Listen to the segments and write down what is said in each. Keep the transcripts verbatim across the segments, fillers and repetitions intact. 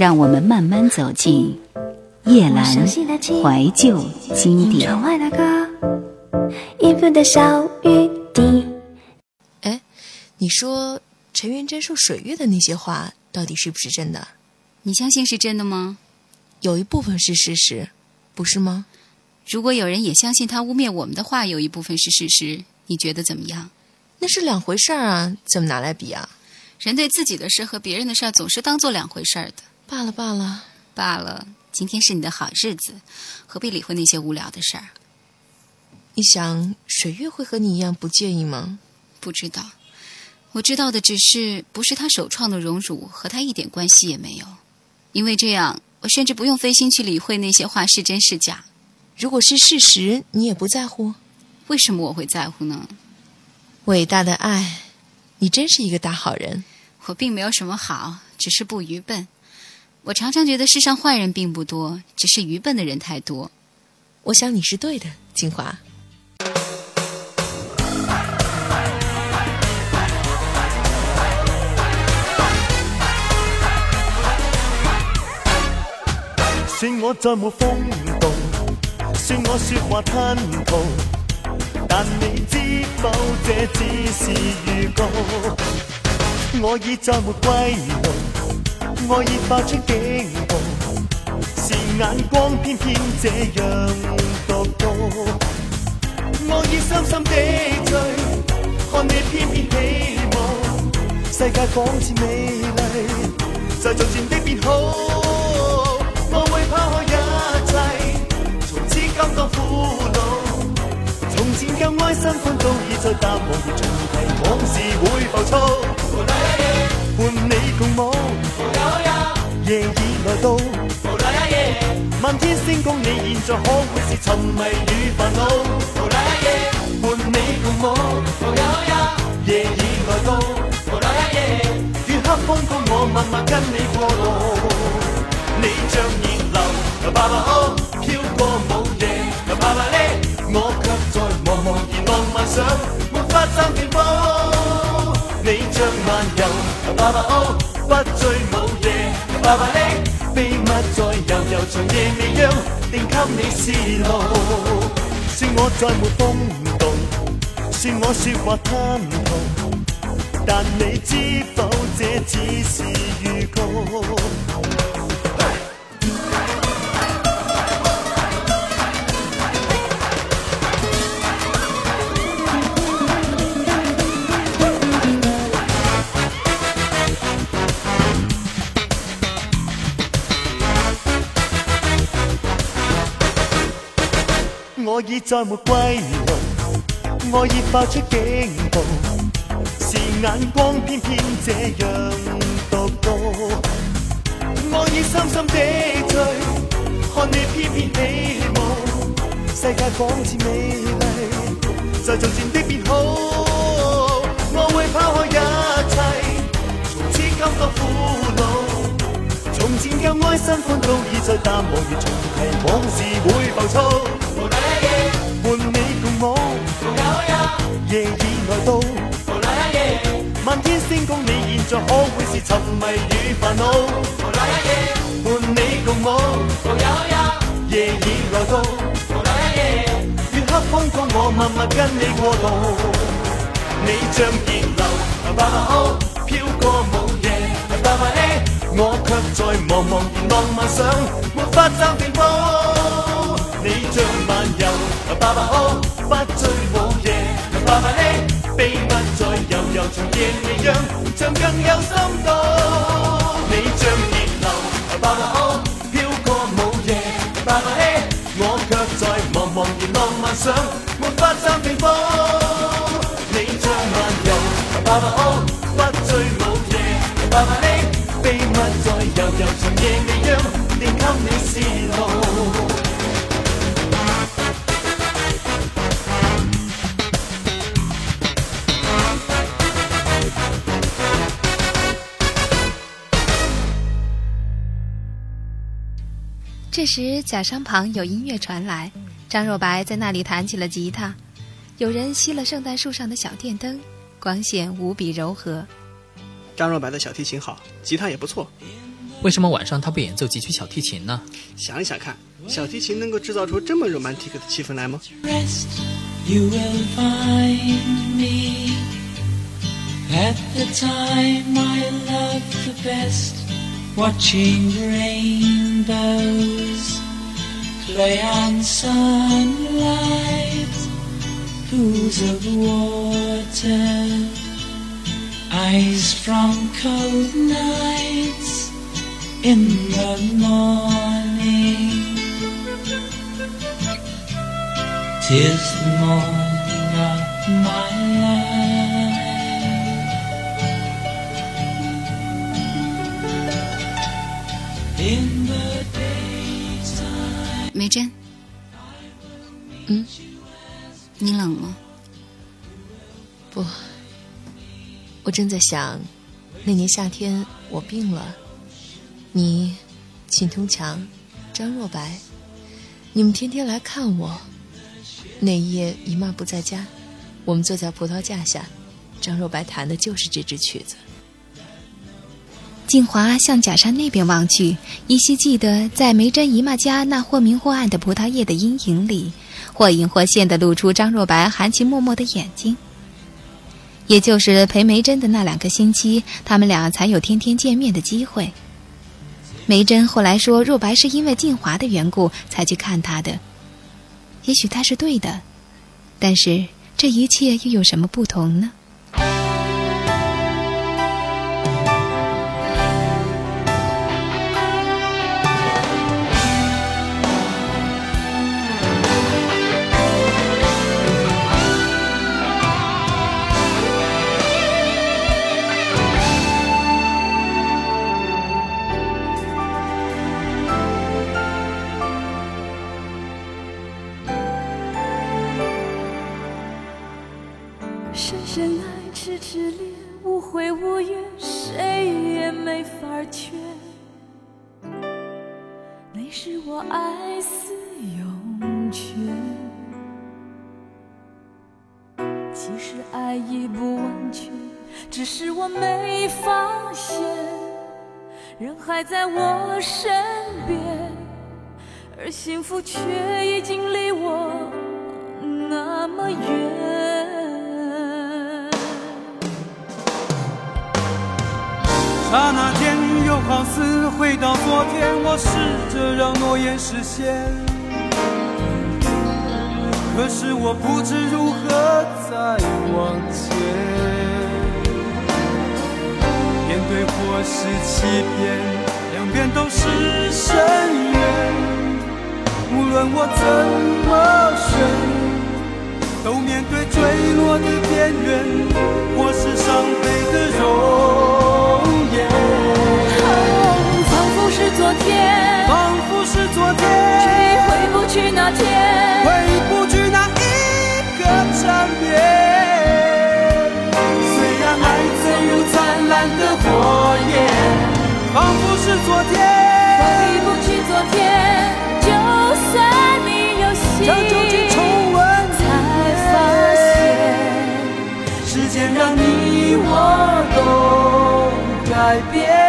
让我们慢慢走进夜阑怀旧经典。 哎，你说陈元贞说水月的那些话到底是不是真的？ 你相信是真的吗？ 有一部分是事实，不是吗？ 如果有人也相信他污蔑我们的话有一部分是事实，你觉得怎么样？ 那是两回事儿啊，怎么拿来比啊？ 人对自己的事和别人的事总是当做两回事儿的。 罢了罢了罢了，今天是你的好日子，何必理会那些无聊的事儿？ 你想水月会和你一样不介意吗？ 不知道，我知道的只是不是他首创的荣辱，和他一点关系也没有。因为这样，我甚至不用费心去理会那些话是真是假。 如果是事实，你也不在乎？ 为什么我会在乎呢？ 伟大的爱，你真是一个大好人。 我并没有什么好，只是不愚笨。我常常觉得世上坏人并不多，只是愚笨的人太多。 我想你是对的，金华。 算我再沒風度，算我說話吞吐，但你知否這只是預告。我已再沒歸路，我已發出警告，是眼光偏偏這樣獨到。我已深深地醉，看你偏偏起舞，世界仿似美麗，在逐漸的變好。我會拋開一切，從此甘當苦惱。從前夠愛新歡都已再淡忘，重提往事會浮躁。伴你共舞，夜已來到。漫天星光，你現在可會是沉迷與煩惱？伴你共舞，夜已來到。月黑風高，我默默跟你過路。你像熱流，爸爸好，飄過午夜，爸爸呢，我卻在茫茫然浪漫上，沒法暫停步。你像漫遊，爸爸好，不醉午夜，爸爸呢，秘密在悠悠長夜未央，定給你泄露。算我再沒風度，算我說話吞吐，但你知否這只是預告。我已再沒歸路，我已發出警告，是眼光偏偏這樣獨到。我已深深地醉，看你翩翩起舞，世界仿似美麗，在逐漸的變好。我會拋開一切，從此甘當苦惱。從前夠愛新歡都已再淡忘，如重提往事會浮躁。伴你共舞，夜已來到。漫天星光，你現在可會是沉迷與煩惱？伴你共舞，夜已來到。月黑風高，我默默跟你過路。你像熱流，爸爸好，飄過午夜，爸爸呢，我卻在茫茫然浪漫上，沒法暫停步。你像漫遊，爸爸好，不醉午夜，爸爸呢，秘密在悠悠長夜未央，像更有深度。你像熱流，爸爸好，飄過午夜，爸爸呢，我卻在茫茫然浪漫上，沒法暫停步。你像漫遊，爸爸好，不醉午夜，爸爸呢，秘密在悠悠長夜未央，定給你泄露。 这时假山旁有音乐传来，张若白在那里弹起了吉他，有人熄了圣诞树上的小电灯，光线无比柔和。 张若白的小提琴好，吉他也不错。 为什么晚上他不演奏几曲小提琴呢？ 想一想看，小提琴能够制造出这么 romantic 的气氛来吗？ You will find me at the time I love the best, watching rainbows play on sunlight, pools of water, eyes from cold nights in the morning. 'Tis the morning of my life. In the daytime. 梅珍， 嗯， 你冷吗？ 不，我正在想，那年夏天我病了，你、秦东强、张若白，你们天天来看我。那一夜姨妈不在家，我们坐在葡萄架下，张若白弹的就是这支曲子。 静华向假山那边望去，依稀记得在梅珍姨妈家那或明或暗的葡萄叶的阴影里，或隐或现地露出张若白含情脉脉的眼睛。也就是陪梅珍的那两个星期，他们俩才有天天见面的机会。梅珍后来说，若白是因为静华的缘故才去看她的。也许他是对的，但是这一切又有什么不同呢？ 深深爱，痴痴恋，无悔无怨，谁也没法劝。那是我爱似涌泉，其实爱已不完全，只是我没发现，人还在我身边，而幸福却已经离我那么远。 刹那间又好似回到昨天，我试着让诺言实现，可是我不知如何再往前。面对或是欺骗，两边都是深渊，无论我怎么选，都面对坠落的边缘，或是伤悲的容颜。 仿佛是昨天， 仿佛是昨天， 却已回不去那天， 回不去那一个缠绵。虽然爱曾如灿烂的火焰，仿佛是昨天， 回不去昨天。就算你有心， 将旧情重温， 才发现时间让你我都改变。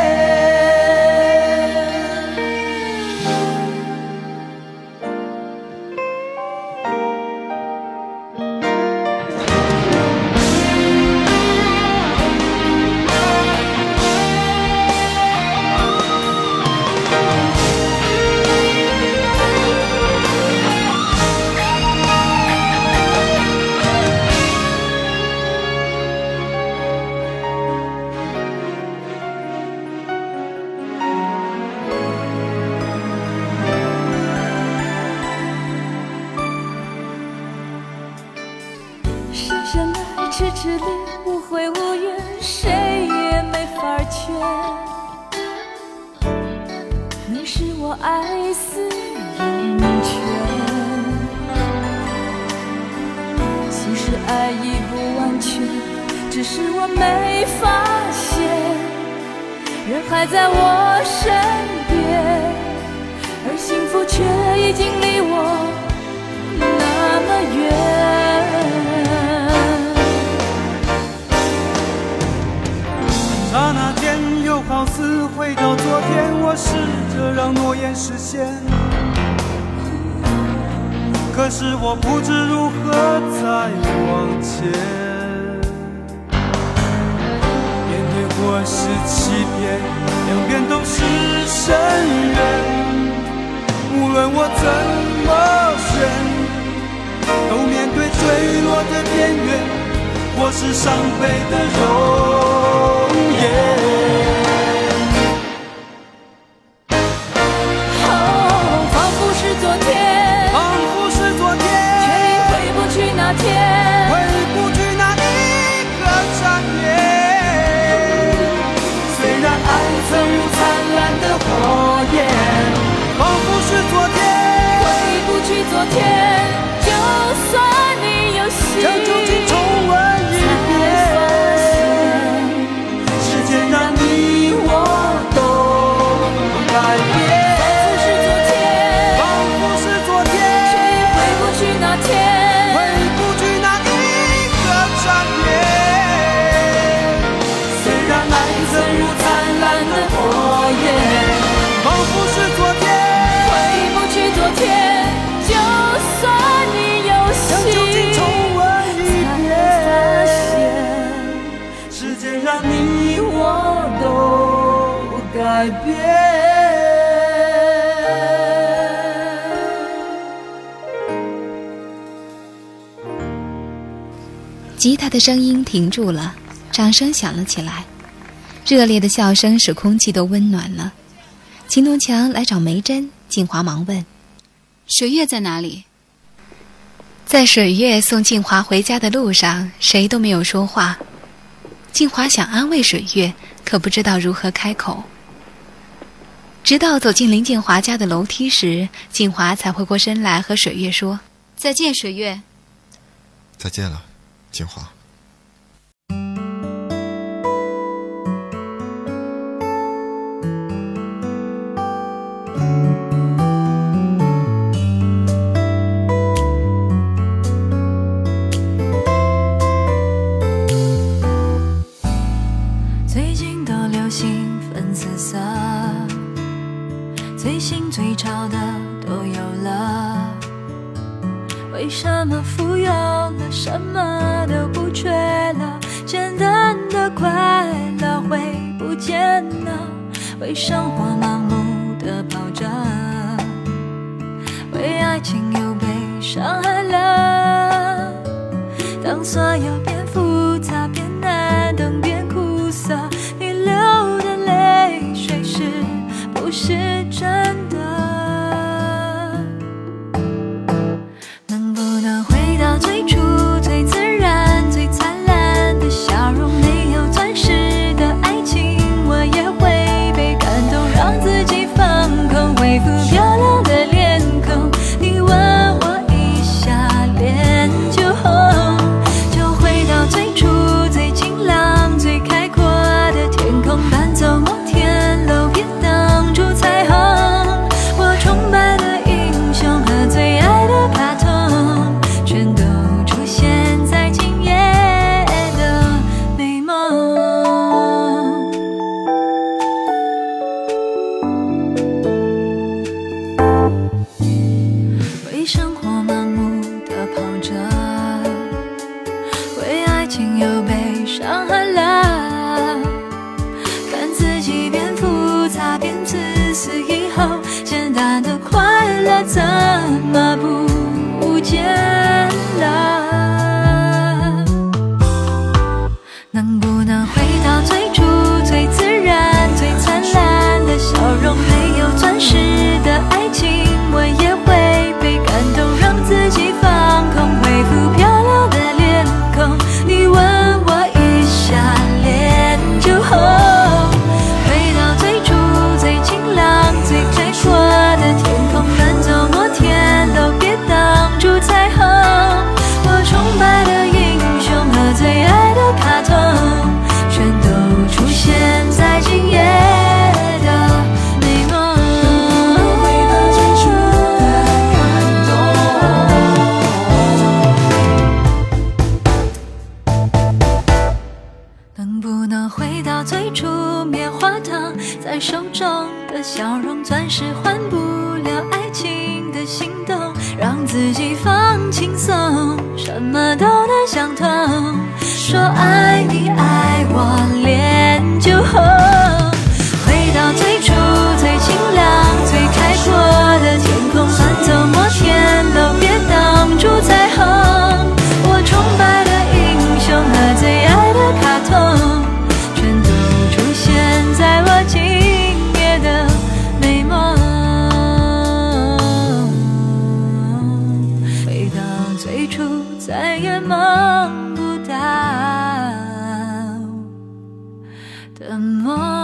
痴痴恋，无悔无怨，谁也没法劝。那是我爱似涌泉，其实爱已不完全，只是我没发现，人还在我身边，而幸福却已经离我那么远。 刹那间又好好似回到昨天，我试着让诺言实现，可是我不知如何再往前。面对或是欺骗，两边都是深渊。无论我怎么选，都面对坠落的边缘，或是伤悲的容颜。 那天回不去那一个转眼，虽然爱曾如灿烂的火焰，仿佛是昨天， 回不去昨天，就算你有心， 将旧情重温一遍，时间让你我都改变。改变。 吉他的声音停住了，掌声响了起来，热烈的笑声使空气都温暖了。秦东强来找梅珍，静华忙问： 水月在哪里？ 在水月送静华回家的路上，谁都没有说话。静华想安慰水月，可不知道如何开口。直到走进林静华家的楼梯时，静华才回过身来和水月说： 再见，水月。 再见了，静华。 最近都流行粉紫色，最新最潮的都有了，为什么富有了什么都不缺了，简单的快乐会不见了，为生活盲目的跑着，为爱情又被伤害了，当所有变复杂变难等变苦涩，你流的泪水是不是真的？能不能回到最初最自然最灿烂的笑容？没有钻石的爱情我也会被感动，让自己放空，恢复漂亮的脸孔，你吻我一下脸就红，就回手中的笑容，钻石换不了爱情的心动，让自己放轻松，什么都能想通，说爱你爱我恋就红，回到最初最清亮最开阔的天空，翻走摩天楼别挡住彩虹，我崇拜的英雄和最爱的卡通，全都出现在我今夜的美梦，回到最初再也梦不到的梦。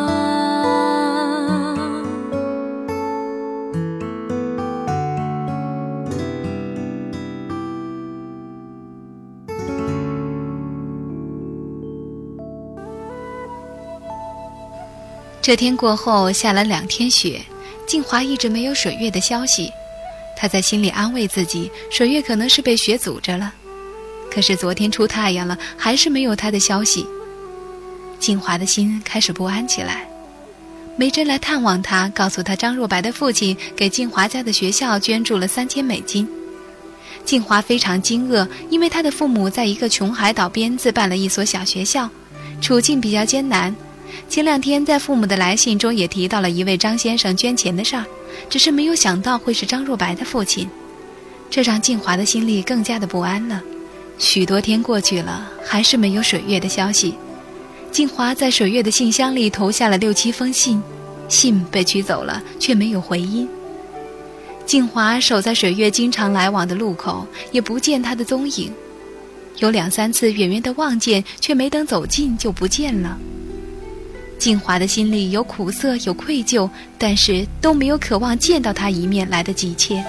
这天过后下了两天雪，静华一直没有水月的消息。她在心里安慰自己，水月可能是被雪阻着了。可是昨天出太阳了，还是没有她的消息。静华的心开始不安起来。梅珍来探望她，告诉她张若白的父亲给静华家的学校捐助了三千美金。静华非常惊愕，因为她的父母在一个穷海岛边自办了一所小学校，处境比较艰难。前两天在父母的来信中也提到了一位张先生捐钱的事儿，只是没有想到会是张若白的父亲，这让静华的心里更加的不安了。许多天过去了，还是没有水月的消息。静华在水月的信箱里投下了六七封信，信被取走了，却没有回音。静华守在水月经常来往的路口，也不见他的踪影，有两三次远远的望见，却没等走近就不见了。静华的心里有苦涩有愧疚，但是都没有渴望见到他一面来的急切。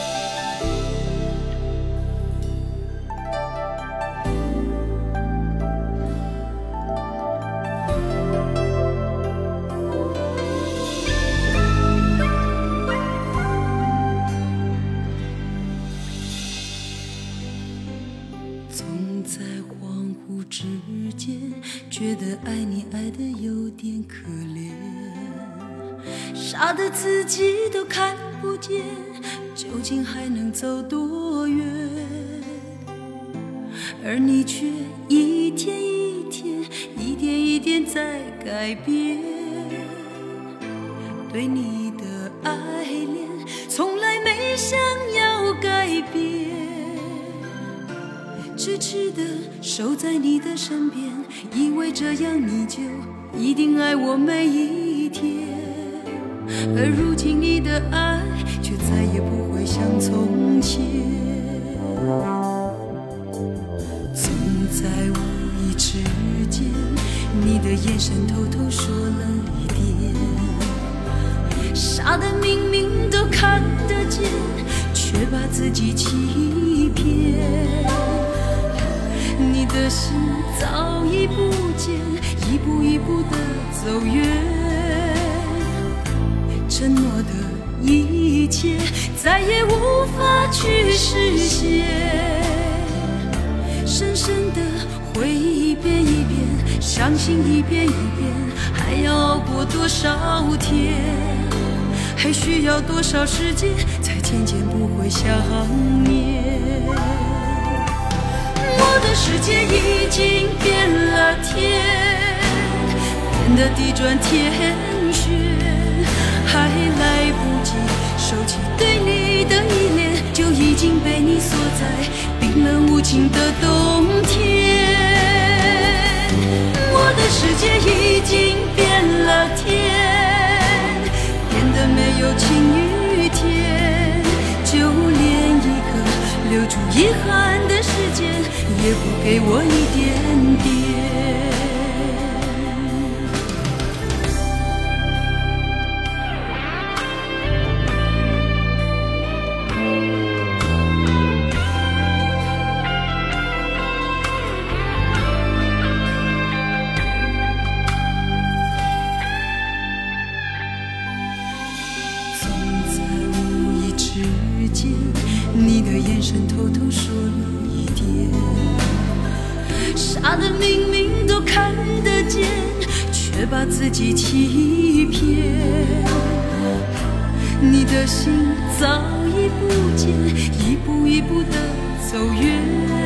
总在恍惚之间觉得爱你爱得有点可怜，傻得自己都看不见究竟还能走多远，而你却一天一天一点一点在改变，对你的爱恋从来没想要改变，痴痴地守在你的身边，以为这样你就一定爱我每一天，而如今你的爱却再也不会像从前，总在无意之间你的眼神偷偷说了一点，傻的明明都看得见，却把自己欺骗，你的心早已不见，一步一步地走远，承诺的一切再也无法去实现，深深地回忆一遍一遍，伤心一遍一遍，还要过多少天，还需要多少时间才渐渐不会想念，我的世界已经变了天，变得地转天旋，还来不及收起对你的依恋，就已经被你锁在冰冷无情的冬天，我的世界已经变了天，变得没有晴雨天，就连一个留住遗憾的时间也不给我一点点。总在无意之间，你的眼神偷偷说了一点，傻的明明都看得见，却别把自己欺骗。你的心早已不见，一步一步的走远，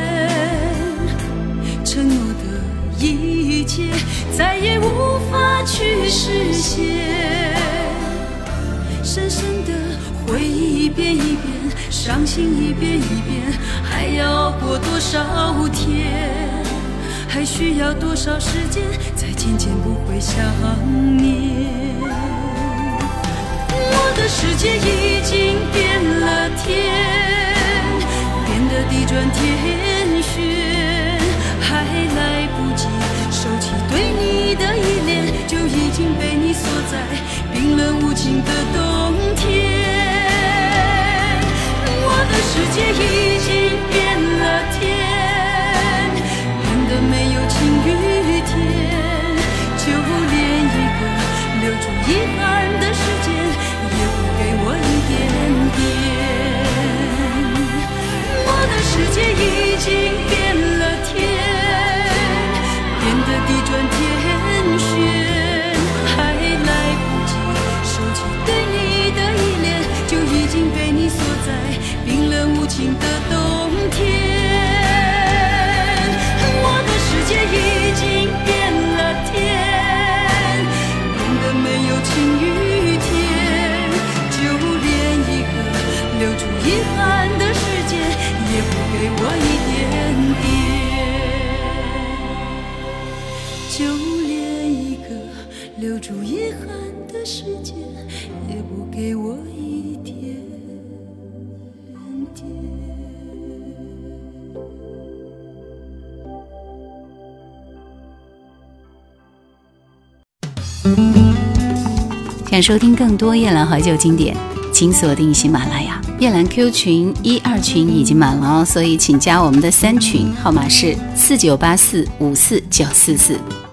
承诺的一切再也无法去实现。深深的回忆一遍一遍，伤心一遍一遍，还要过多少天？还需要多少时间，才渐渐不会想念？我的世界已经变了天，变得地转天旋，还来不及收起对你的依恋，就已经被你锁在冰冷无情的冬天。我的世界已经变了天，变得没有晴雨天，就连一个留住遗憾的时间也不给我一点点。我的世界已经变了天，变得地转天旋，还来不及收起对你的依恋，就已经被你锁在冰冷无情的冬天。我的世界已经变了天，变得没有晴雨天，就连一个留住遗憾的时间也不给我一点点，就连一个留住遗憾的时间也不给我一点点。 想收听更多夜兰怀旧经典，请锁定喜马拉雅。夜兰 Q 群一二群已经满了哦，所以请加我们的三群，号码是四九八四五四九四四。